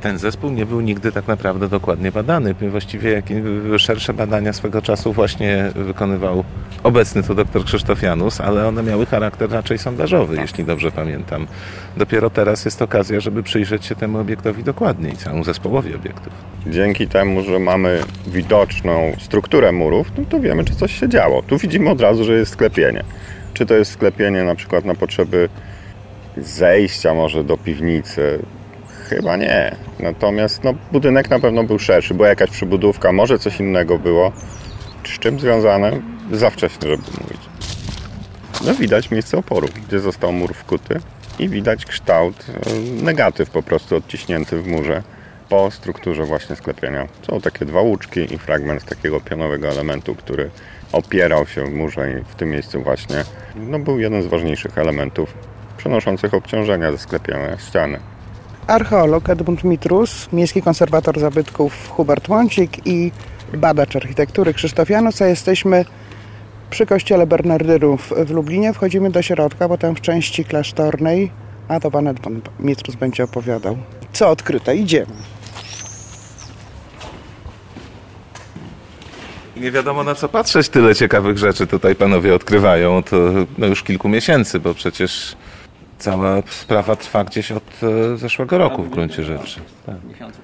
Ten zespół nie był nigdy tak naprawdę dokładnie badany. Właściwie szersze badania swego czasu właśnie wykonywał obecny tu dr Krzysztof Janus, ale one miały charakter raczej sondażowy, jeśli dobrze pamiętam. Dopiero teraz jest okazja, żeby przyjrzeć się temu obiektowi dokładniej, całemu zespołowi obiektów. Dzięki temu, że mamy widoczną strukturę murów, no to wiemy, czy coś się działo. Tu widzimy od razu, że jest sklepienie. Czy to jest sklepienie na przykład na potrzeby zejścia może do piwnicy? Chyba nie. Natomiast budynek na pewno był szerszy, była jakaś przybudówka, może coś innego było. Z czym związane? Za wcześnie, żeby mówić. Widać miejsce oporu, gdzie został mur wkuty i widać kształt, negatyw po prostu odciśnięty w murze po strukturze właśnie sklepienia. Są takie dwa łuczki i fragment takiego pionowego elementu, który opierał się w murze i w tym miejscu właśnie był jeden z ważniejszych elementów przenoszących obciążenia ze sklepienia ściany. Archeolog Edmund Mitrus, miejski konserwator zabytków Hubert Łącik i badacz architektury Krzysztof Janus, a jesteśmy przy kościele Bernardynów w Lublinie. Wchodzimy do środka, bo tam w części klasztornej, a to pan Edmund Mitrus będzie opowiadał, co odkryte. Idziemy. Nie wiadomo, na co patrzeć, tyle ciekawych rzeczy tutaj panowie odkrywają. To już kilku miesięcy, bo przecież cała sprawa trwa gdzieś od zeszłego roku w gruncie rzeczy. Tak.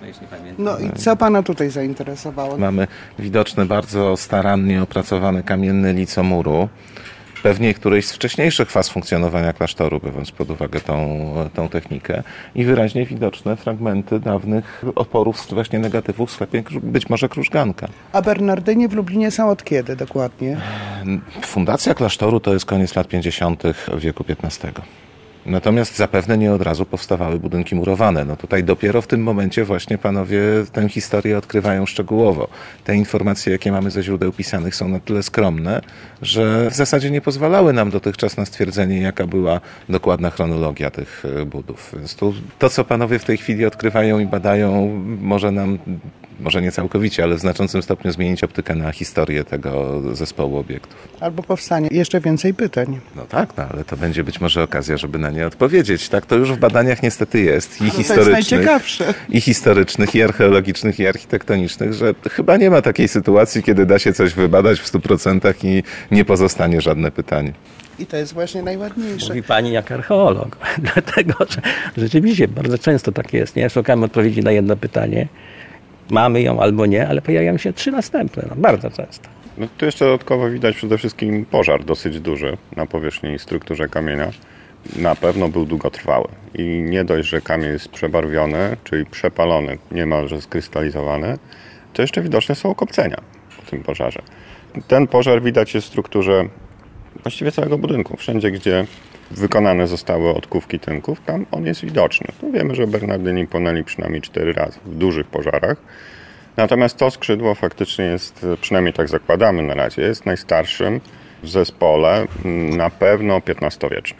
No i co pana tutaj zainteresowało? Mamy widoczne, bardzo starannie opracowane kamienne lico muru. Pewnie którejś z wcześniejszych faz funkcjonowania klasztoru, biorąc pod uwagę tą technikę. I wyraźnie widoczne fragmenty dawnych oporów, właśnie negatywów w sklepie, być może krużganka. A Bernardyni w Lublinie są od kiedy dokładnie? Fundacja klasztoru to jest koniec lat 50. wieku XV. Natomiast zapewne nie od razu powstawały budynki murowane. Tutaj dopiero w tym momencie właśnie panowie tę historię odkrywają szczegółowo. Te informacje, jakie mamy ze źródeł pisanych, są na tyle skromne, że w zasadzie nie pozwalały nam dotychczas na stwierdzenie, jaka była dokładna chronologia tych budów. Więc to, co panowie w tej chwili odkrywają i badają, może nam, może nie całkowicie, ale w znaczącym stopniu zmienić optykę na historię tego zespołu obiektów. Albo powstanie jeszcze więcej pytań. No tak, ale to będzie być może okazja, żeby na nie odpowiedzieć. Tak, to już w badaniach niestety jest. I historycznych, i archeologicznych, i architektonicznych, że chyba nie ma takiej sytuacji, kiedy da się coś wybadać w 100% i nie pozostanie żadne pytanie. I to jest właśnie najładniejsze. Mówi pani jak archeolog, dlatego że rzeczywiście bardzo często tak jest. Nie? Szukamy odpowiedzi na jedno pytanie. Mamy ją albo nie, ale pojawiają się 3 następne. Bardzo często. Tu jeszcze dodatkowo widać przede wszystkim pożar dosyć duży na powierzchni i strukturze kamienia. Na pewno był długotrwały. I nie dość, że kamień jest przebarwiony, czyli przepalony, niemalże skrystalizowany, to jeszcze widoczne są okopcenia po tym pożarze. Ten pożar widać jest w strukturze właściwie całego budynku. Wszędzie, gdzie wykonane zostały odkówki tynków, tam on jest widoczny. Tu wiemy, że Bernardyni płonęli przynajmniej 4 razy w dużych pożarach. Natomiast to skrzydło faktycznie jest, przynajmniej tak zakładamy na razie, jest najstarszym w zespole, na pewno XV-wiecznym.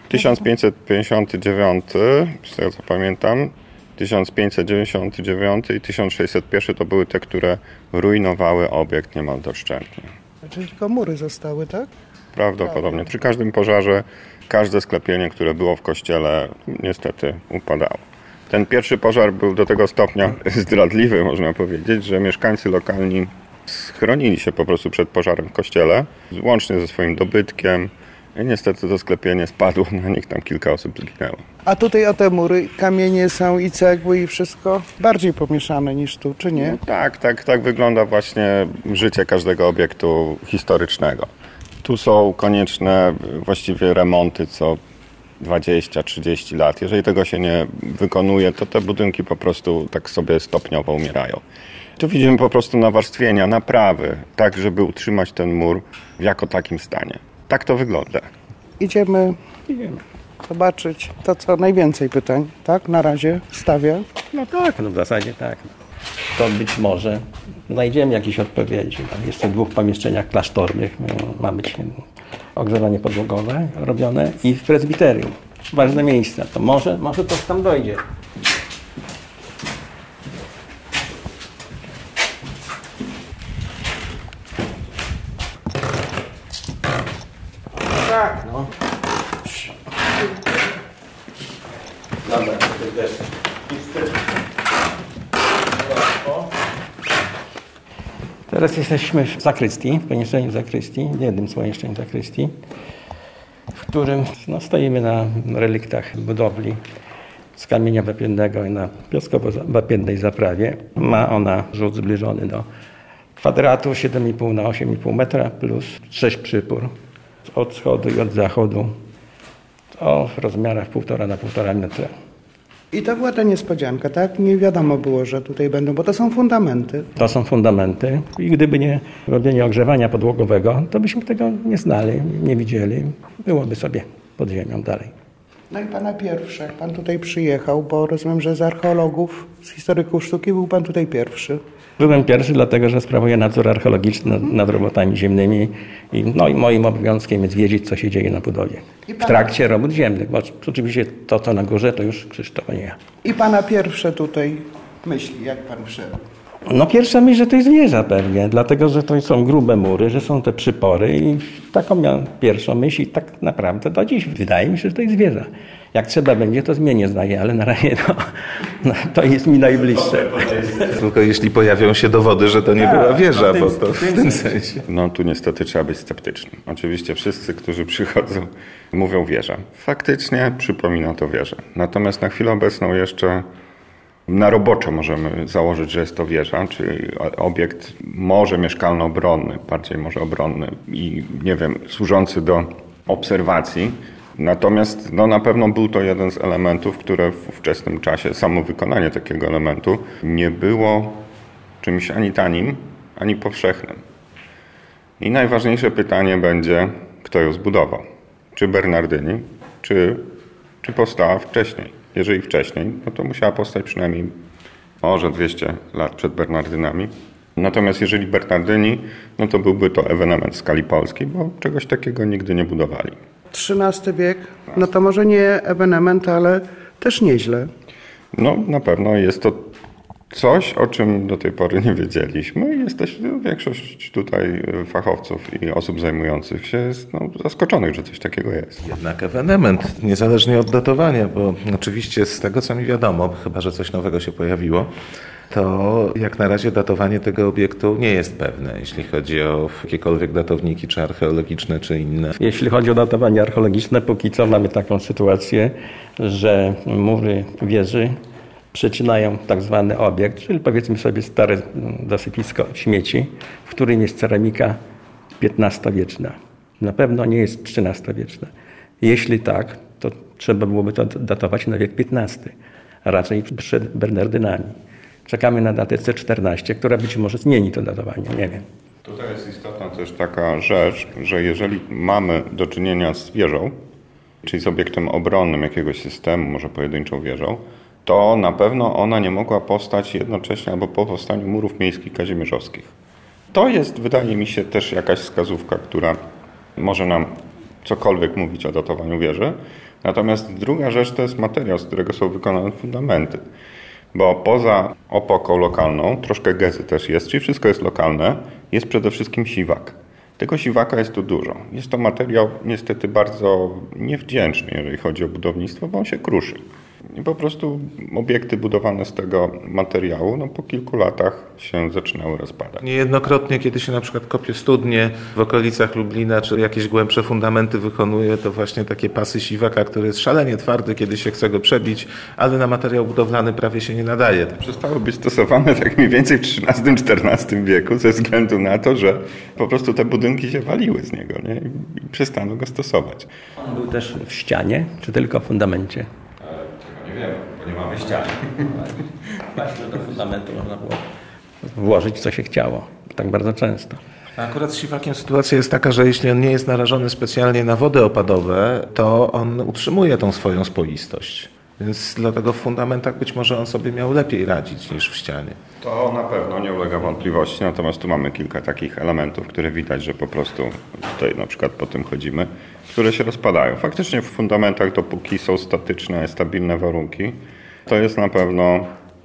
1559, z tego co pamiętam, 1599 i 1601 to były te, które rujnowały obiekt niemal doszczętnie. Czyli tylko mury zostały, tak? Prawdopodobnie. Przy każdym pożarze każde sklepienie, które było w kościele, niestety upadało. Ten pierwszy pożar był do tego stopnia zdradliwy, można powiedzieć, że mieszkańcy lokalni schronili się po prostu przed pożarem w kościele, łącznie ze swoim dobytkiem. I niestety to sklepienie spadło, na nich tam kilka osób zginęło. A tutaj o te mury kamienie są i cegły i wszystko bardziej pomieszane niż tu, czy nie? No tak wygląda właśnie życie każdego obiektu historycznego. Tu są konieczne właściwie remonty co 20-30 lat. Jeżeli tego się nie wykonuje, to te budynki po prostu tak sobie stopniowo umierają. Tu widzimy po prostu nawarstwienia, naprawy, tak żeby utrzymać ten mur w jako takim stanie. Tak to wygląda. Idziemy zobaczyć to, co najwięcej pytań, tak? Na razie stawia. No tak, w zasadzie tak. To być może znajdziemy jakieś odpowiedzi. Tam jeszcze w 2 pomieszczeniach klasztornych ma być ogrzewanie podłogowe robione i w prezbiterium. Ważne miejsca. To może coś tam dojdzie. Tak, no. Dobra, to też. Teraz jesteśmy w zakrystii, w pomieszczeniu zakrystii, w jednym z pomieszczeń zakrystii, w którym stoimy na reliktach budowli z kamienia wapiennego i na piaskowo-wapiennej zaprawie. Ma ona rzut zbliżony do kwadratu 7,5 na 8,5 metra plus 6 przypór od wschodu i od zachodu o rozmiarach 1,5 na 1,5 metra. I to była ta niespodzianka, tak? Nie wiadomo było, że tutaj będą, bo to są fundamenty. To są fundamenty i gdyby nie robienie ogrzewania podłogowego, to byśmy tego nie znali, nie widzieli. Byłoby sobie pod ziemią dalej. No i pana pierwsze, jak pan tutaj przyjechał, bo rozumiem, że z archeologów, z historyków sztuki był pan tutaj pierwszy. Byłem pierwszy, dlatego że sprawuję nadzór archeologiczny nad robotami ziemnymi i moim obowiązkiem jest wiedzieć, co się dzieje na budowie. W trakcie robót ziemnych, bo oczywiście to, co na górze, to już Krzysztof, nie ja. I pana pierwsze tutaj myśli, jak pan wszedł? No pierwsza myśl, że to jest wieża pewnie, dlatego że to są grube mury, że są te przypory i taką miałem pierwszą myśl i tak naprawdę do dziś wydaje mi się, że to jest wieża. Jak trzeba będzie, to zmienię zdanie, ale na razie to jest mi najbliższe. Tylko jeśli pojawią się dowody, że to nie była wieża, bo to w tym sensie. No tu niestety trzeba być sceptycznym. Oczywiście wszyscy, którzy przychodzą, mówią wieża. Faktycznie przypomina to wieżę. Natomiast na chwilę obecną jeszcze na roboczo możemy założyć, że jest to wieża, czyli obiekt może mieszkalno-obronny, bardziej może obronny i nie wiem, służący do obserwacji. Natomiast na pewno był to jeden z elementów, które w ówczesnym czasie, samo wykonanie takiego elementu nie było czymś ani tanim, ani powszechnym. I najważniejsze pytanie będzie, kto ją zbudował. Czy Bernardyni, czy powstała wcześniej. Jeżeli wcześniej, no to musiała powstać przynajmniej może 200 lat przed Bernardynami. Natomiast jeżeli Bernardyni, no to byłby to ewenement w skali polskiej, bo czegoś takiego nigdy nie budowali. XIII wiek, no to może nie ewenement, ale też nieźle. No na pewno jest to coś, o czym do tej pory nie wiedzieliśmy. Większość tutaj fachowców i osób zajmujących się jest zaskoczonych, że coś takiego jest. Jednak ewenement, niezależnie od datowania, bo oczywiście z tego, co mi wiadomo, chyba że coś nowego się pojawiło, to jak na razie datowanie tego obiektu nie jest pewne, jeśli chodzi o jakiekolwiek datowniki, czy archeologiczne, czy inne. Jeśli chodzi o datowanie archeologiczne, póki co mamy taką sytuację, że mury wieży przecinają tak zwany obiekt, czyli powiedzmy sobie stare zasypisko śmieci, w którym jest ceramika XV-wieczna. Na pewno nie jest XIII-wieczna. Jeśli tak, to trzeba byłoby to datować na wiek XV, a raczej przed Bernardynami. Czekamy na datę C14, która być może zmieni to datowanie, nie wiem. Tutaj jest istotna też taka rzecz, że jeżeli mamy do czynienia z wieżą, czyli z obiektem obronnym jakiegoś systemu, może pojedynczą wieżą, to na pewno ona nie mogła powstać jednocześnie albo po powstaniu murów miejskich kazimierzowskich. To jest, wydaje mi się, też jakaś wskazówka, która może nam cokolwiek mówić o datowaniu wieży. Natomiast druga rzecz to jest materiał, z którego są wykonane fundamenty. Bo poza opoką lokalną, troszkę gezy też jest, czyli wszystko jest lokalne, jest przede wszystkim siwak. Tego siwaka jest tu dużo. Jest to materiał niestety bardzo niewdzięczny, jeżeli chodzi o budownictwo, bo on się kruszy. I po prostu obiekty budowane z tego materiału po kilku latach się zaczynały rozpadać. Niejednokrotnie, kiedy się na przykład kopie studnie w okolicach Lublina, czy jakieś głębsze fundamenty wykonuje, to właśnie takie pasy siwaka, który jest szalenie twardy, kiedy się chce go przebić, ale na materiał budowlany prawie się nie nadaje. Przestały być stosowane tak mniej więcej w XIII-XIV wieku ze względu na to, że po prostu te budynki się waliły z niego, nie? I przestano go stosować. On był też w ścianie, czy tylko w fundamencie? Nie wiem, bo nie mamy ściany. Właśnie do fundamentu można było włożyć, co się chciało. Tak bardzo często. Akurat z siwakiem sytuacja jest taka, że jeśli on nie jest narażony specjalnie na wody opadowe, to on utrzymuje tą swoją spoistość. Więc dlatego w fundamentach być może on sobie miał lepiej radzić niż w ścianie. To na pewno nie ulega wątpliwości, natomiast tu mamy kilka takich elementów, które widać, że po prostu tutaj na przykład po tym chodzimy, które się rozpadają. Faktycznie w fundamentach, dopóki są statyczne, stabilne warunki, to jest na pewno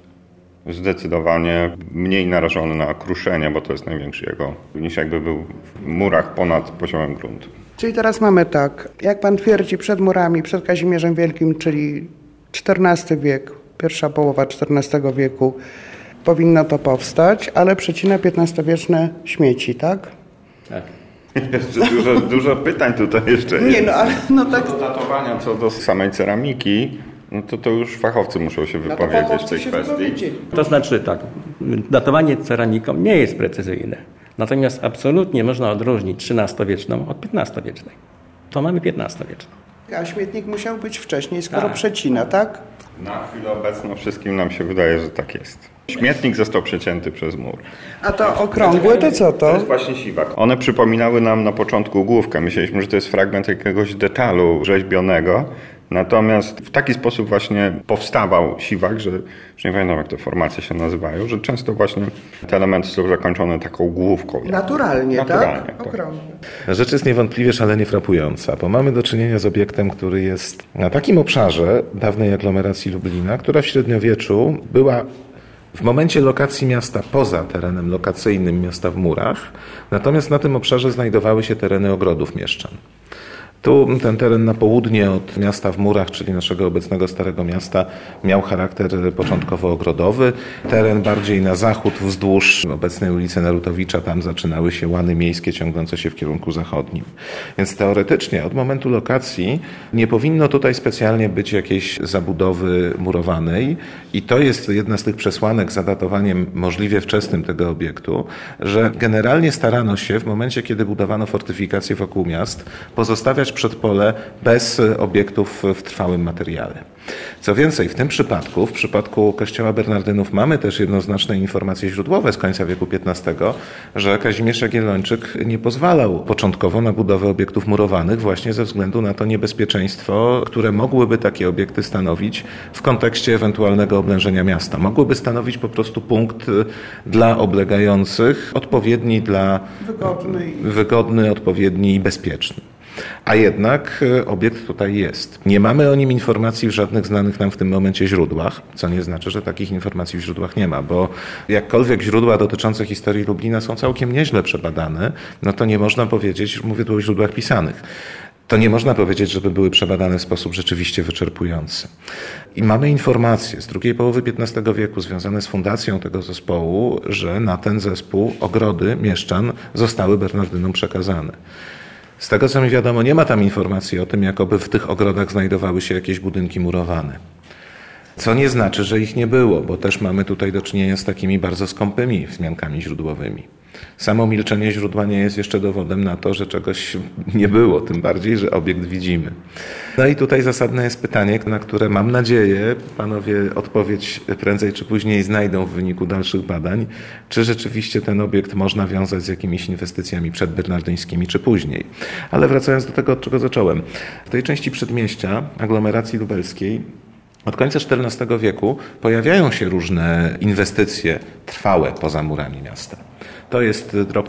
zdecydowanie mniej narażony na kruszenie, bo to jest największy jego, niż jakby był w murach ponad poziomem gruntu. Czyli teraz mamy tak, jak pan twierdzi, przed murami, przed Kazimierzem Wielkim, czyli XIV wiek, pierwsza połowa XIV wieku, powinno to powstać, ale przecina XV-wieczne śmieci, tak? Tak. Jeszcze dużo pytań tutaj jeszcze jest. Nie, no ale no tak. Co do datowania, co do samej ceramiki, no to już fachowcy muszą się wypowiedzieć w tej kwestii. To znaczy tak, datowanie ceramiką nie jest precyzyjne. Natomiast absolutnie można odróżnić XIII-wieczną od XV-wiecznej. To mamy XV-wieczną. A śmietnik musiał być wcześniej, skoro Tak. przecina, tak? Na chwilę obecną wszystkim nam się wydaje, że tak jest. Śmietnik został przecięty przez mur. A to okrągłe to co To to? jest właśnie siwak. One przypominały nam na początku główkę. Myśleliśmy, że to jest fragment jakiegoś detalu rzeźbionego. Natomiast w taki sposób właśnie powstawał siwak, że już nie pamiętam jak te formacje się nazywają, że często właśnie te elementy są zakończone taką główką. Naturalnie, Naturalnie, tak? tak. Okrągłe. Rzecz jest niewątpliwie szalenie frapująca, bo mamy do czynienia z obiektem, który jest na takim obszarze dawnej aglomeracji Lublina, która w średniowieczu była w momencie lokacji miasta poza terenem lokacyjnym miasta w murach, natomiast na tym obszarze znajdowały się tereny ogrodów mieszczan. Tu ten teren na południe od miasta w murach, czyli naszego obecnego Starego Miasta, miał charakter początkowo ogrodowy. Teren bardziej na zachód, wzdłuż obecnej ulicy Narutowicza, tam zaczynały się łany miejskie ciągnące się w kierunku zachodnim. Więc teoretycznie od momentu lokacji nie powinno tutaj specjalnie być jakiejś zabudowy murowanej i to jest jedna z tych przesłanek za datowaniem możliwie wczesnym tego obiektu, że generalnie starano się w momencie, kiedy budowano fortyfikacje wokół miast, pozostawiać przedpole bez obiektów w trwałym materiale. Co więcej, w tym przypadku, w przypadku kościoła Bernardynów mamy też jednoznaczne informacje źródłowe z końca wieku XV, że Kazimierz Jagiellończyk nie pozwalał początkowo na budowę obiektów murowanych właśnie ze względu na to niebezpieczeństwo, które mogłyby takie obiekty stanowić w kontekście ewentualnego oblężenia miasta. Mogłyby stanowić po prostu punkt dla oblegających, odpowiedni dla wygodny, odpowiedni i bezpieczny. A jednak obiekt tutaj jest. Nie mamy o nim informacji w żadnych znanych nam w tym momencie źródłach, co nie znaczy, że takich informacji w źródłach nie ma, bo jakkolwiek źródła dotyczące historii Lublina są całkiem nieźle przebadane, no to nie można powiedzieć, mówię tu o źródłach pisanych, to nie można powiedzieć, żeby były przebadane w sposób rzeczywiście wyczerpujący. I mamy informacje z drugiej połowy XV wieku związane z fundacją tego zespołu, że na ten zespół ogrody mieszczan zostały Bernardynom przekazane. Z tego co mi wiadomo, nie ma tam informacji o tym, jakoby w tych ogrodach znajdowały się jakieś budynki murowane. Co nie znaczy, że ich nie było, bo też mamy tutaj do czynienia z takimi bardzo skąpymi wzmiankami źródłowymi. Samo milczenie źródła nie jest jeszcze dowodem na to, że czegoś nie było, tym bardziej, że obiekt widzimy. No i tutaj zasadne jest pytanie, na które mam nadzieję panowie odpowiedź prędzej czy później znajdą w wyniku dalszych badań, czy rzeczywiście ten obiekt można wiązać z jakimiś inwestycjami przedbernardyńskimi, czy później. Ale wracając do tego, od czego zacząłem. W tej części przedmieścia aglomeracji lubelskiej od końca XIV wieku pojawiają się różne inwestycje trwałe poza murami miasta. To jest rok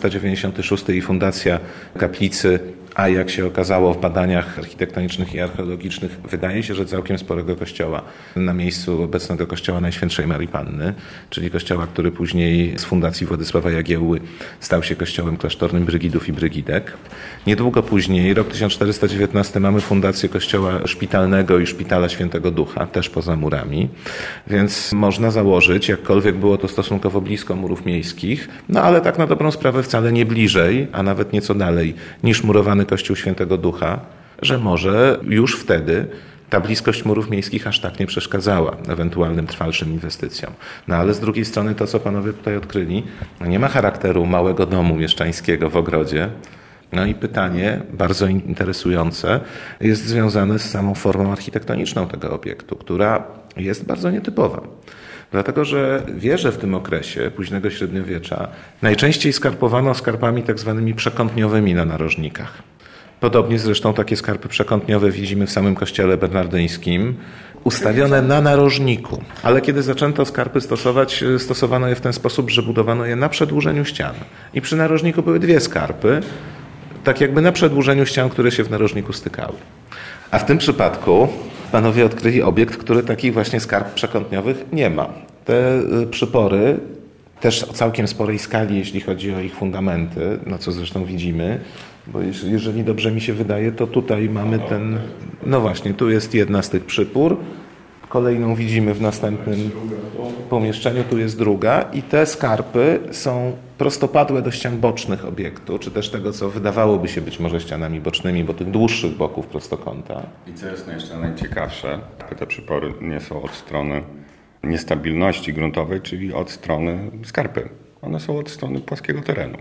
1396 i fundacja kaplicy, a jak się okazało w badaniach architektonicznych i archeologicznych, wydaje się, że całkiem sporego kościoła na miejscu obecnego kościoła Najświętszej Marii Panny, czyli kościoła, który później z fundacji Władysława Jagiełły stał się kościołem klasztornym Brygidów i Brygidek. Niedługo później, rok 1419, mamy fundację kościoła szpitalnego i szpitala Świętego Ducha, też poza murami, więc można założyć, jakkolwiek było to stosunkowo blisko murów miejskich, no ale tak na dobrą sprawę wcale nie bliżej, a nawet nieco dalej niż murowany kościół Świętego Ducha, że może już wtedy ta bliskość murów miejskich aż tak nie przeszkadzała ewentualnym trwalszym inwestycjom. No ale z drugiej strony to, co panowie tutaj odkryli, nie ma charakteru małego domu mieszczańskiego w ogrodzie. No i pytanie, bardzo interesujące, jest związane z samą formą architektoniczną tego obiektu, która jest bardzo nietypowa. Dlatego, że wieże w tym okresie późnego średniowiecza najczęściej skarpowano skarpami tak zwanymi przekątniowymi na narożnikach. Podobnie zresztą takie skarpy przekątniowe widzimy w samym kościele bernardyńskim, ustawione na narożniku. Ale kiedy zaczęto skarpy stosować, stosowano je w ten sposób, że budowano je na przedłużeniu ścian. I przy narożniku były dwie skarpy, tak jakby na przedłużeniu ścian, które się w narożniku stykały. A w tym przypadku panowie odkryli obiekt, który takich właśnie skarp przekątniowych nie ma. Te przypory, też o całkiem sporej skali, jeśli chodzi o ich fundamenty, no co zresztą widzimy, bo jeżeli dobrze mi się wydaje, to tutaj mamy ten, no właśnie, tu jest jedna z tych przypór, Kolejną widzimy w następnym pomieszczeniu, tu jest druga i te skarpy są prostopadłe do ścian bocznych obiektu, czy też tego, co wydawałoby się być może ścianami bocznymi, bo tych dłuższych boków prostokąta. I co jest jeszcze najciekawsze, te przypory nie są od strony niestabilności gruntowej, czyli od strony skarpy. One są od strony płaskiego terenu.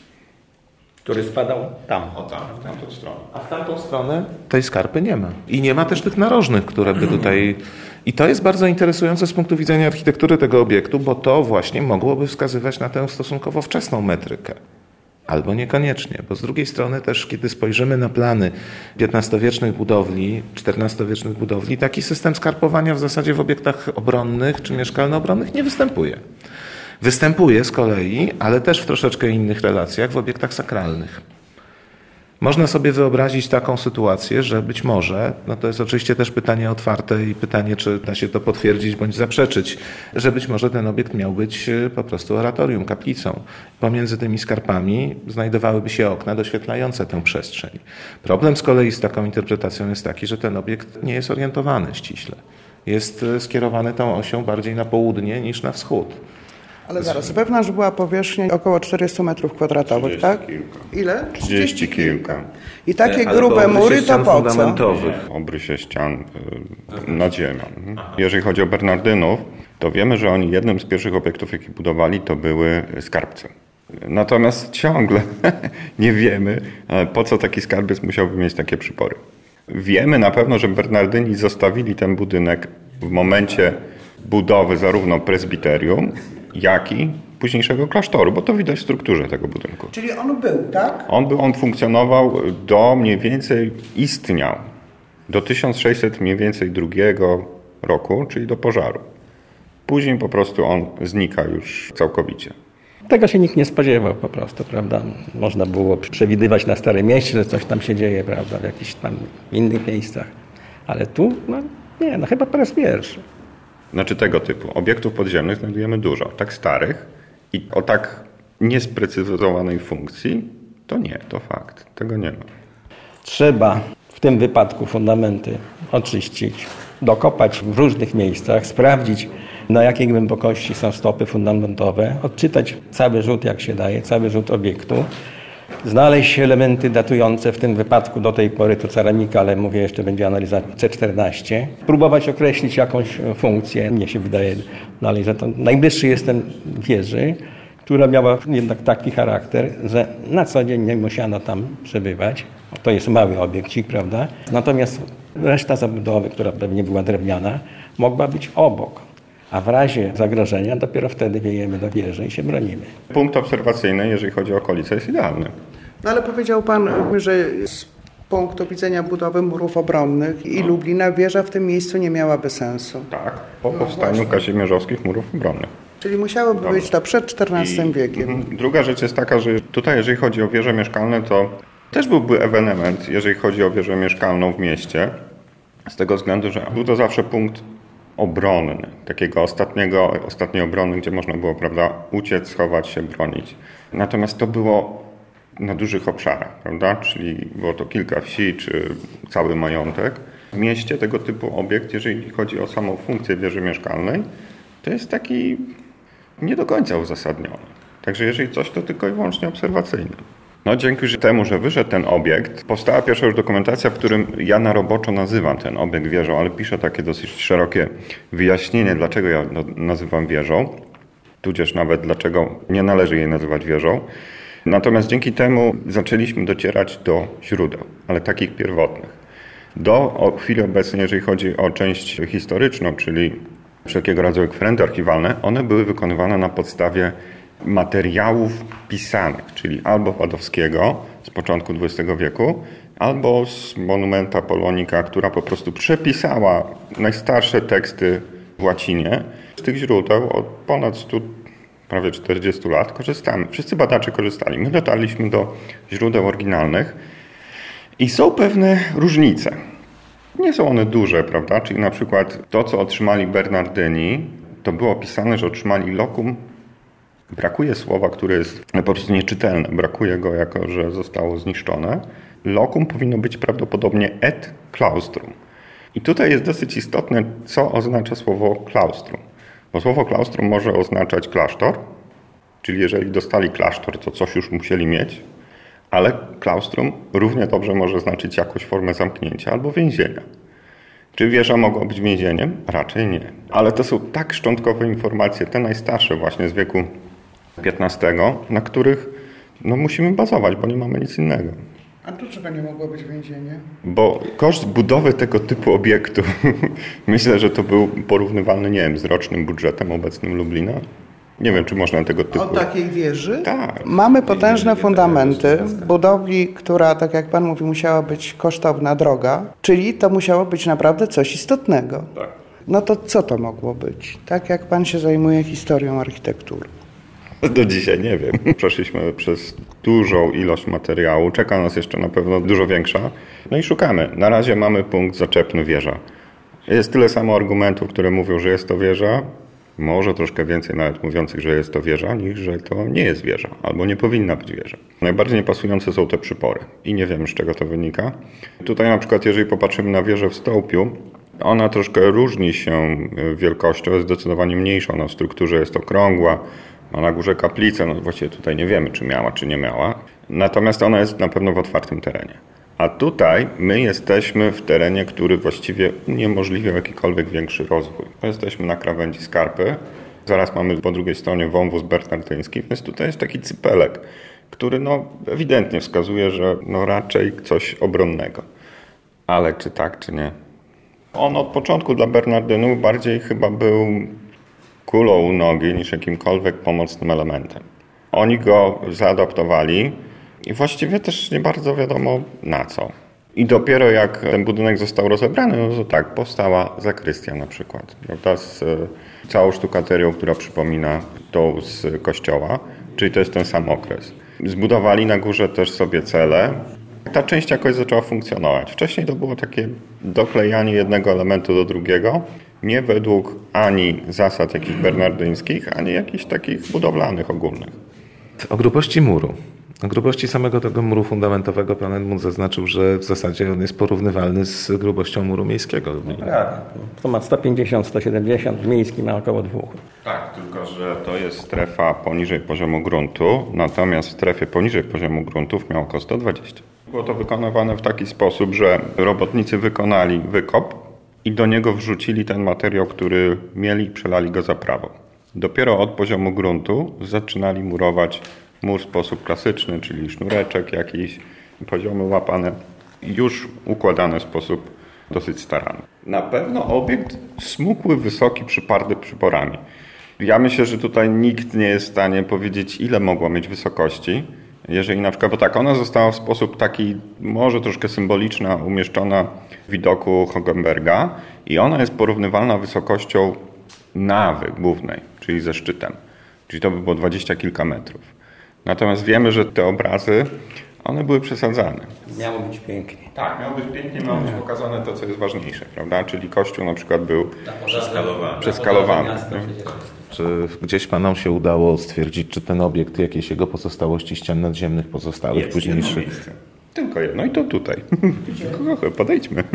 Który spadał tam. O tak, w tamtą stronę. A w tamtą stronę tej skarpy nie ma. I nie ma też tych narożnych, które by tutaj... I to jest bardzo interesujące z punktu widzenia architektury tego obiektu, bo to właśnie mogłoby wskazywać na tę stosunkowo wczesną metrykę. Albo niekoniecznie, bo z drugiej strony też, kiedy spojrzymy na plany XV-wiecznych budowli, XIV-wiecznych budowli, taki system skarpowania w zasadzie w obiektach obronnych czy mieszkalno-obronnych nie występuje. Występuje z kolei, ale też w troszeczkę innych relacjach, w obiektach sakralnych. Można sobie wyobrazić taką sytuację, że być może, no to jest oczywiście też pytanie otwarte i pytanie, czy da się to potwierdzić bądź zaprzeczyć, że być może ten obiekt miał być po prostu oratorium, kaplicą. Pomiędzy tymi skarpami znajdowałyby się okna doświetlające tę przestrzeń. Problem z kolei z taką interpretacją jest taki, że ten obiekt nie jest orientowany ściśle. Jest skierowany tą osią bardziej na południe niż na wschód. Ale zaraz, pewna, że była powierzchnia około 400 metrów kwadratowych, tak? Kilka. Ile? 30 kilka. I takie Ale grube po obrysie mury to ścian po co? fundamentowych. Obrysie ścian nad ziemią. Jeżeli chodzi o Bernardynów, to wiemy, że oni jednym z pierwszych obiektów, jakie budowali, to były skarbce. Natomiast ciągle nie wiemy, po co taki skarbiec musiałby mieć takie przypory. Wiemy na pewno, że Bernardyni zostawili ten budynek w momencie budowy zarówno prezbiterium, jak i późniejszego klasztoru, bo to widać w strukturze tego budynku. Czyli on był, tak? On funkcjonował do mniej więcej, istniał do 1600 mniej więcej drugiego roku, czyli do pożaru. Później po prostu on znika już całkowicie. Tego się nikt nie spodziewał po prostu, prawda? Można było przewidywać na Starym Mieście, że coś tam się dzieje, prawda, w jakichś tam innych miejscach. Ale tu, chyba po raz pierwszy. Znaczy tego typu obiektów podziemnych znajdujemy dużo, tak starych i o tak niesprecyzowanej funkcji, to nie, to fakt, tego nie ma. Trzeba w tym wypadku fundamenty oczyścić, dokopać w różnych miejscach, sprawdzić, na jakiej głębokości są stopy fundamentowe, odczytać cały rzut, jak się daje, cały rzut obiektu, znaleźć elementy datujące, w tym wypadku do tej pory to ceramika, ale mówię, jeszcze będzie analiza C14, próbować określić jakąś funkcję. Mnie się wydaje dalej, że to najbliższy jest ten wieży, która miała jednak taki charakter, że na co dzień nie musiano tam przebywać. To jest mały obiekcik, prawda? Natomiast reszta zabudowy, która pewnie była drewniana, mogła być obok. A w razie zagrożenia dopiero wtedy wiejemy do wieży i się bronimy. Punkt obserwacyjny, jeżeli chodzi o okolice, jest idealny. No ale powiedział Pan, że z punktu widzenia budowy murów obronnych i Lublina wieża w tym miejscu nie miałaby sensu. Tak, po powstaniu kazimierzowskich murów obronnych. Czyli musiałoby być to przed XIV wiekiem. Druga rzecz jest taka, że tutaj, jeżeli chodzi o wieże mieszkalne, to też byłby ewenement, jeżeli chodzi o wieżę mieszkalną w mieście. Z tego względu, że był to zawsze punkt obronny, takiego ostatniej obrony, gdzie można było, prawda, uciec, schować się, bronić. Natomiast to było na dużych obszarach, prawda, czyli było to kilka wsi, czy cały majątek. W mieście tego typu obiekt, jeżeli chodzi o samą funkcję wieży mieszkalnej, to jest taki nie do końca uzasadniony. Także jeżeli coś, to tylko i wyłącznie obserwacyjne. No dzięki temu, że wyszedł ten obiekt, powstała pierwsza już dokumentacja, w którym ja na roboczo nazywam ten obiekt wieżą, ale piszę takie dosyć szerokie wyjaśnienie, dlaczego ja nazywam wieżą, tudzież nawet dlaczego nie należy jej nazywać wieżą. Natomiast dzięki temu zaczęliśmy docierać do źródeł, ale takich pierwotnych. Do chwili obecnej, jeżeli chodzi o część historyczną, czyli wszelkiego rodzaju kwerendy archiwalne, one były wykonywane na podstawie materiałów pisanych, czyli albo Wadowskiego z początku XX wieku, albo z monumenta Polonika, która po prostu przepisała najstarsze teksty w łacinie. Z tych źródeł od ponad 100, prawie 40 lat korzystamy. Wszyscy badacze korzystali. My dotarliśmy do źródeł oryginalnych i są pewne różnice. Nie są one duże, prawda? Czyli na przykład to, co otrzymali Bernardyni, to było opisane, że otrzymali locum. Brakuje słowa, które jest po prostu nieczytelne. Brakuje go, jako że zostało zniszczone. Locum powinno być prawdopodobnie et claustrum. I tutaj jest dosyć istotne, co oznacza słowo klaustrum. Bo słowo klaustrum może oznaczać klasztor, czyli jeżeli dostali klasztor, to coś już musieli mieć, ale klaustrum równie dobrze może znaczyć jakąś formę zamknięcia albo więzienia. Czy wieża mogła być więzieniem? Raczej nie. Ale to są tak szczątkowe informacje, te najstarsze właśnie z wieku XV, na których musimy bazować, bo nie mamy nic innego. A dlaczego nie mogło być więzienie? Bo koszt budowy tego typu obiektu, myślę, że to był porównywalny, nie wiem, z rocznym budżetem obecnym Lublina. Nie wiem, czy można tego typu... O takiej wieży? Tak. Mamy potężne fundamenty budowli, która, tak jak pan mówi, musiała być kosztowna, droga, czyli to musiało być naprawdę coś istotnego. Tak. No to co to mogło być? Tak jak pan się zajmuje historią architektury. Do dzisiaj nie wiem. Przeszliśmy przez dużą ilość materiału. Czeka nas jeszcze na pewno dużo większa. No i szukamy. Na razie mamy punkt zaczepny wieża. Jest tyle samo argumentów, które mówią, że jest to wieża. Może troszkę więcej nawet mówiących, że jest to wieża, niż że to nie jest wieża. Albo nie powinna być wieża. Najbardziej niepasujące są te przypory. I nie wiem, z czego to wynika. Tutaj na przykład, jeżeli popatrzymy na wieżę w Stołpiu, ona troszkę różni się wielkością. Jest zdecydowanie mniejsza. Ona w strukturze jest okrągła. Ma na górze kaplicę, właściwie tutaj nie wiemy, czy miała, czy nie miała. Natomiast ona jest na pewno w otwartym terenie. A tutaj my jesteśmy w terenie, który właściwie uniemożliwiał jakikolwiek większy rozwój. Jesteśmy na krawędzi skarpy, zaraz mamy po drugiej stronie wąwóz bernardyński, więc tutaj jest taki cypelek, który ewidentnie wskazuje, że raczej coś obronnego. Ale czy tak, czy nie? On od początku dla Bernardynów bardziej chyba był kulą u nogi niż jakimkolwiek pomocnym elementem. Oni go zaadaptowali i właściwie też nie bardzo wiadomo na co. I dopiero jak ten budynek został rozebrany, to tak, powstała zakrystia na przykład. Prawda, z całą sztukaterią, która przypomina tą z kościoła, czyli to jest ten sam okres. Zbudowali na górze też sobie cele. Ta część jakoś zaczęła funkcjonować. Wcześniej to było takie doklejanie jednego elementu do drugiego, nie według ani zasad jakichś bernardyńskich, ani jakichś takich budowlanych ogólnych. O grubości muru. O grubości samego tego muru fundamentowego pan Edmund zaznaczył, że w zasadzie on jest porównywalny z grubością muru miejskiego. To ma 150, 170, miejski ma około 2. Tak, tylko że to jest strefa poniżej poziomu gruntu, natomiast w strefie poniżej poziomu gruntów miał około 120. Było to wykonywane w taki sposób, że robotnicy wykonali wykop i do niego wrzucili ten materiał, który mieli i przelali go zaprawą. Dopiero od poziomu gruntu zaczynali murować mur w sposób klasyczny, czyli sznureczek jakiś, poziomy łapane, już układane w sposób dosyć staranny. Na pewno obiekt smukły, wysoki, przyparty przyporami. Ja myślę, że tutaj nikt nie jest w stanie powiedzieć, ile mogła mieć wysokości. Jeżeli na przykład, bo tak, ona została w sposób taki może troszkę symboliczna, umieszczona w widoku Hogenberga i ona jest porównywalna wysokością nawy głównej, czyli ze szczytem. Czyli to by było 20 kilka metrów. Natomiast wiemy, że te obrazy, one były przesadzane. Miało być pięknie. Tak, miało być pięknie, miało być pokazane to, co jest ważniejsze, prawda? Czyli kościół na przykład był przeskalowany. Czy gdzieś panom się udało stwierdzić, czy ten obiekt, jakieś jego pozostałości ścian nadziemnych pozostały w późniejszych? Tylko jedno i to tutaj. Podejdźmy.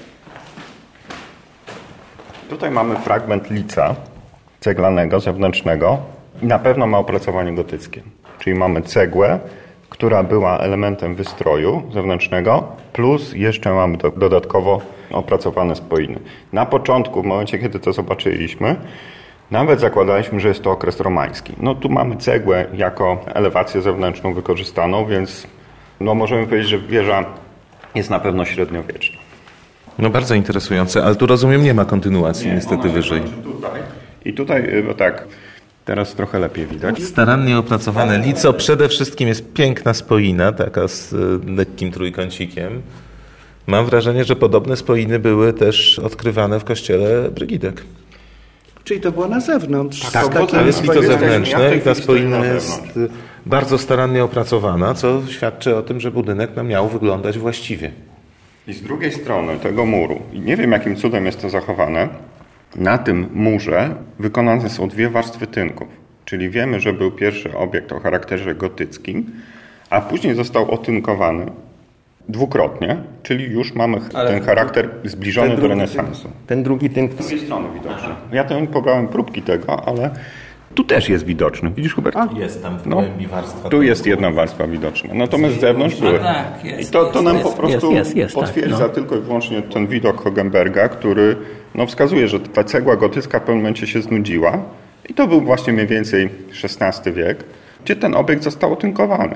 Tutaj mamy fragment lica ceglanego, zewnętrznego i na pewno ma opracowanie gotyckie. Czyli mamy cegłę, która była elementem wystroju zewnętrznego, plus jeszcze mamy dodatkowo opracowane spoiny. Na początku, w momencie, kiedy to zobaczyliśmy, nawet zakładaliśmy, że jest to okres romański. Tu mamy cegłę jako elewację zewnętrzną wykorzystaną, więc możemy powiedzieć, że wieża jest na pewno średniowieczna. Bardzo interesujące, ale tu rozumiem, nie ma kontynuacji niestety wyżej. I tutaj, tak, teraz trochę lepiej widać. Starannie opracowane lico. Przede wszystkim jest piękna spoina, taka z lekkim trójkącikiem. Mam wrażenie, że podobne spoiny były też odkrywane w kościele Brygidek. Czyli to było na zewnątrz. Tak, to jest lico zewnętrzne i ta spoina jest bardzo starannie opracowana, co świadczy o tym, że budynek miał wyglądać właściwie. I z drugiej strony tego muru, i nie wiem jakim cudem jest to zachowane, na tym murze wykonane są 2 warstwy tynków. Czyli wiemy, że był pierwszy obiekt o charakterze gotyckim, a później został otynkowany dwukrotnie, czyli już mamy ten charakter zbliżony do renesansu. Ten drugi tynk... Z drugiej strony widoczny. Ja to pobrałem próbki tego, ale tu też jest widoczny. Widzisz, Hubert? Jest tam w głębi warstwa. Tu jest jedna warstwa widoczna, natomiast z zewnątrz były. Tak, jest, I to nam po prostu jest, potwierdza tak, no. tylko i wyłącznie ten widok Hogenberga, który wskazuje, że ta cegła gotycka w pewnym momencie się znudziła. I to był właśnie mniej więcej XVI wiek, gdzie ten obiekt został otynkowany.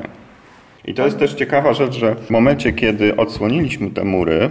I to jest też ciekawa rzecz, że w momencie, kiedy odsłoniliśmy te mury,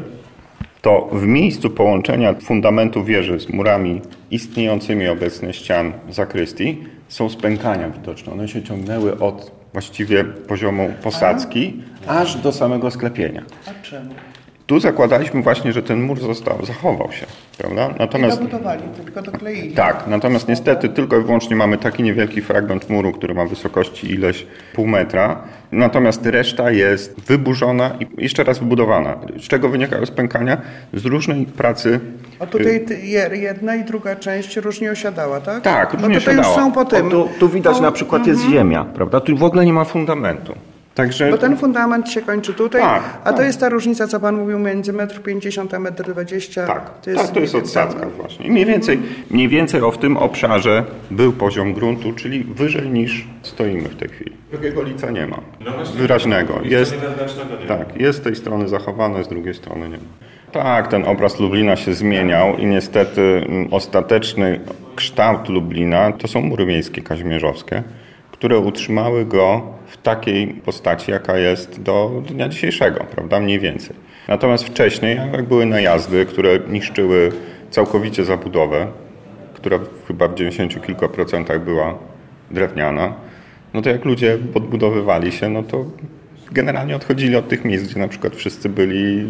to w miejscu połączenia fundamentu wieży z murami istniejącymi obecnie ścian zakrystii są spękania widoczne. One się ciągnęły od właściwie poziomu posadzki aż do samego sklepienia. A czemu? Tu zakładaliśmy właśnie, że ten mur zachował się, prawda? Natomiast Nie dobudowali, tylko dokleili. tak, natomiast niestety tylko i wyłącznie mamy taki niewielki fragment muru, który ma wysokości ileś pół metra, natomiast reszta jest wyburzona i jeszcze raz wybudowana. Z czego wynikają spękania? Z różnej pracy. A tutaj jedna i druga część różnie osiadała, tak? Tak, różnie tutaj osiadała. już są po tym. Tu widać na przykład jest ziemia, prawda? Tu w ogóle nie ma fundamentu. Także... Bo ten fundament się kończy tutaj, Tak, a to tak. jest ta różnica, co Pan mówił, między 1,50 m a 1,20 m. Tak, to jest odsadzka właśnie. I mniej więcej w tym obszarze był poziom gruntu, czyli wyżej niż stoimy w tej chwili. Drugiego lica nie ma. Wyraźnego. Jest z tej strony zachowane, z drugiej strony nie ma. Tak, ten obraz Lublina się zmieniał i niestety ostateczny kształt Lublina to są mury miejskie kazimierzowskie, które utrzymały go w takiej postaci, jaka jest do dnia dzisiejszego, prawda, mniej więcej. Natomiast wcześniej, jak były najazdy, które niszczyły całkowicie zabudowę, która chyba w 90 kilku procentach była drewniana, no to jak ludzie podbudowywali się, no to generalnie odchodzili od tych miejsc, gdzie na przykład wszyscy byli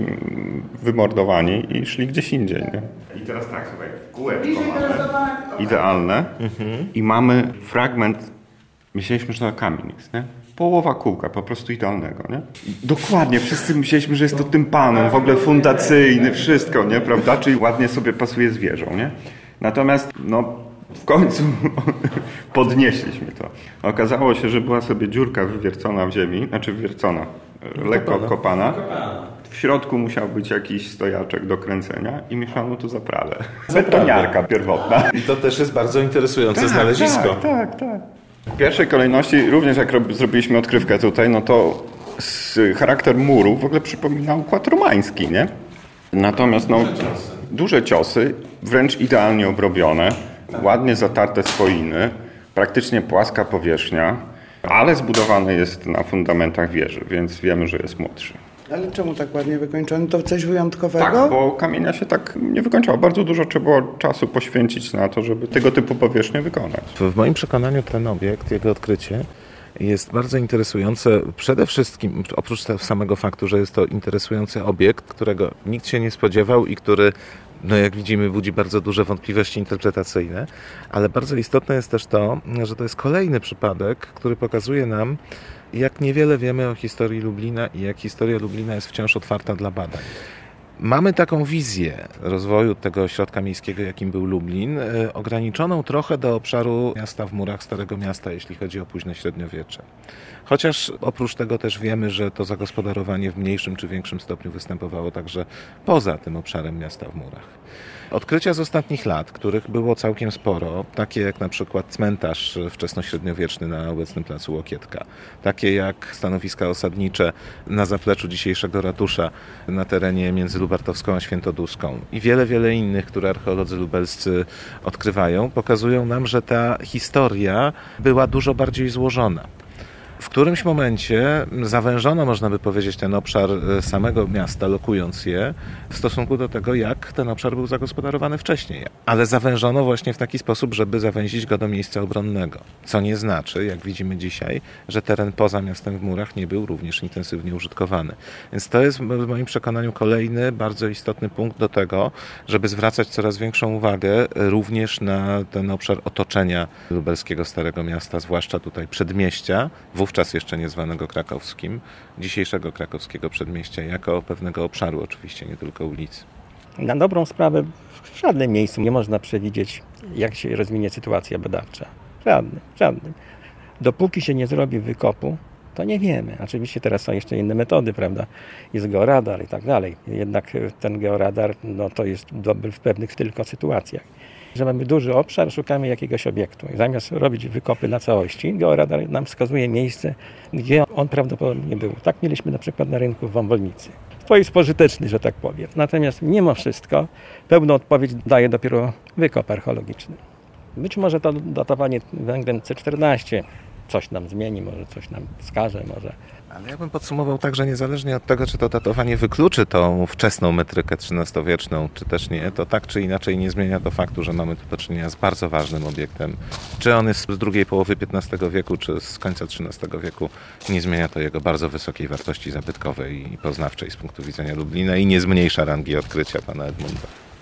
wymordowani i szli gdzieś indziej. Nie? I teraz tak, słuchaj, kółeczko mamy idealne i mamy fragment. Myśleliśmy, że to kamień jest, nie? Połowa kółka, po prostu idealnego, nie? Dokładnie, wszyscy myśleliśmy, że jest to tympanon, w ogóle fundacyjny, wszystko, nie? Prawda? Czyli ładnie sobie pasuje z wieżą, nie? Natomiast, w końcu podnieśliśmy to. Okazało się, że była sobie dziurka wywiercona w ziemi, lekko odkopana. W środku musiał być jakiś stojaczek do kręcenia i mieszano tu zaprawę. Betoniarka pierwotna. I to też jest bardzo interesujące znalezisko. Tak. W pierwszej kolejności, również jak zrobiliśmy odkrywkę tutaj, no to charakter muru w ogóle przypominał układ romański, nie? Natomiast duże ciosy, wręcz idealnie obrobione, ładnie zatarte swoiny, praktycznie płaska powierzchnia, ale zbudowany jest na fundamentach wieży, więc wiemy, że jest młodszy. Ale czemu tak ładnie wykończony? To coś wyjątkowego? Tak, bo kamienia się tak nie wykończało. Bardzo dużo trzeba było czasu poświęcić na to, żeby tego typu powierzchnię wykonać. W moim przekonaniu ten obiekt, jego odkrycie jest bardzo interesujące. Przede wszystkim, oprócz samego faktu, że jest to interesujący obiekt, którego nikt się nie spodziewał i który, jak widzimy, budzi bardzo duże wątpliwości interpretacyjne, ale bardzo istotne jest też to, że to jest kolejny przypadek, który pokazuje nam, jak niewiele wiemy o historii Lublina i jak historia Lublina jest wciąż otwarta dla badań. Mamy taką wizję rozwoju tego ośrodka miejskiego, jakim był Lublin, ograniczoną trochę do obszaru miasta w murach Starego Miasta, jeśli chodzi o późne średniowiecze. Chociaż oprócz tego też wiemy, że to zagospodarowanie w mniejszym czy większym stopniu występowało także poza tym obszarem miasta w murach. Odkrycia z ostatnich lat, których było całkiem sporo, takie jak na przykład cmentarz wczesnośredniowieczny na obecnym placu Łokietka, takie jak stanowiska osadnicze na zapleczu dzisiejszego ratusza na terenie między Lubartowską a Świętoduską i wiele innych, które archeolodzy lubelscy odkrywają, pokazują nam, że ta historia była dużo bardziej złożona. W którymś momencie zawężono, można by powiedzieć, ten obszar samego miasta, lokując je w stosunku do tego, jak ten obszar był zagospodarowany wcześniej. Ale zawężono właśnie w taki sposób, żeby zawęzić go do miejsca obronnego. Co nie znaczy, jak widzimy dzisiaj, że teren poza miastem w murach nie był również intensywnie użytkowany. Więc to jest w moim przekonaniu kolejny bardzo istotny punkt do tego, żeby zwracać coraz większą uwagę również na ten obszar otoczenia lubelskiego Starego Miasta, zwłaszcza tutaj przedmieścia, wówczas jeszcze nie zwanego krakowskim, dzisiejszego krakowskiego przedmieścia, jako pewnego obszaru oczywiście, nie tylko ulicy. Na dobrą sprawę w żadnym miejscu nie można przewidzieć, jak się rozwinie sytuacja badawcza. Żadnym. Dopóki się nie zrobi wykopu, To nie wiemy. Oczywiście teraz są jeszcze inne metody, prawda? Jest georadar i tak dalej. Jednak ten georadar to jest dobry w pewnych tylko sytuacjach. Że mamy duży obszar, szukamy jakiegoś obiektu. I zamiast robić wykopy na całości, georadar nam wskazuje miejsce, gdzie on prawdopodobnie był. Tak mieliśmy na przykład na rynku w Wąwolnicy. To jest pożyteczny, że tak powiem. Natomiast mimo wszystko pełną odpowiedź daje dopiero wykop archeologiczny. Być może to datowanie węglem C14 coś nam zmieni, może coś nam wskaże, może. Ale ja bym podsumował tak, że niezależnie od tego, czy to datowanie wykluczy tą wczesną metrykę XIII-wieczną, czy też nie, to tak czy inaczej nie zmienia to faktu, że mamy tu do czynienia z bardzo ważnym obiektem. Czy on jest z drugiej połowy XV wieku, czy z końca XIII wieku, nie zmienia to jego bardzo wysokiej wartości zabytkowej i poznawczej z punktu widzenia Lublina i nie zmniejsza rangi odkrycia pana Edmunda.